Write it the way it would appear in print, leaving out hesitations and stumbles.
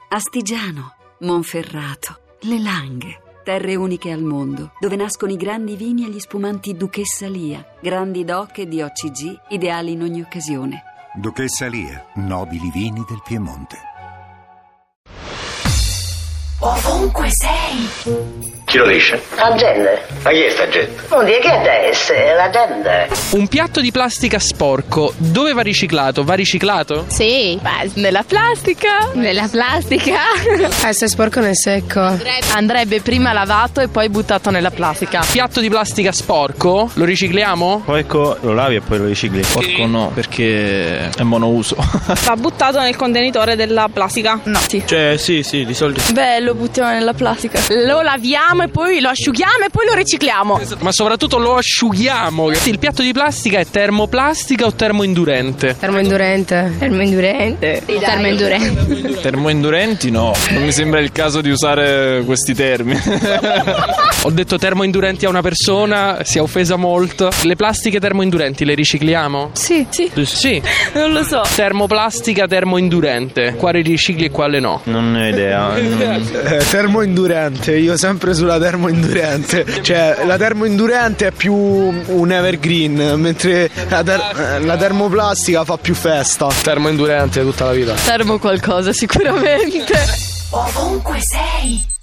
Astigiano, Monferrato, Le Langhe. Terre uniche al mondo, dove nascono i grandi vini e gli spumanti Duchessa Lia, grandi DOC e di OCG, ideali in ogni occasione. Duchessa Lia, nobili vini del Piemonte. Ovunque sei. Chi lo dice? La gente. Ma chi è sta gente? Non dire che adesso è la gente. Un piatto di plastica sporco, dove va riciclato? Va riciclato? Sì, nella plastica. Nella plastica? Se è sporco nel secco. Andrebbe prima lavato e poi buttato nella plastica. Piatto di plastica sporco, lo ricicliamo? Poi ecco, lo lavi e poi lo ricicli. Sporco no, perché è monouso. Va buttato nel contenitore della plastica? No. Sì. Cioè sì, di solito. Beh, lo buttiamo nella plastica. Lo laviamo e poi lo asciughiamo e poi lo ricicliamo. Ma soprattutto lo asciughiamo. Il piatto di plastica è termoplastica o termoindurente? Termoindurente. Termoindurente. Termoindurente. Termoindurenti no, non mi sembra il caso di usare questi termini. Ho detto termoindurenti a una persona, si è offesa molto. Le plastiche termoindurenti le ricicliamo? Sì. Sì. Non lo so. Termoplastica termoindurente. Quale ricicli e quale no? Non ne ho idea. Termoindurente, io sempre sulla termoindurente. Cioè la termoindurente è più un evergreen, mentre la termoplastica fa più festa. Termoindurente tutta la vita. Termo qualcosa sicuramente. Ovunque sei.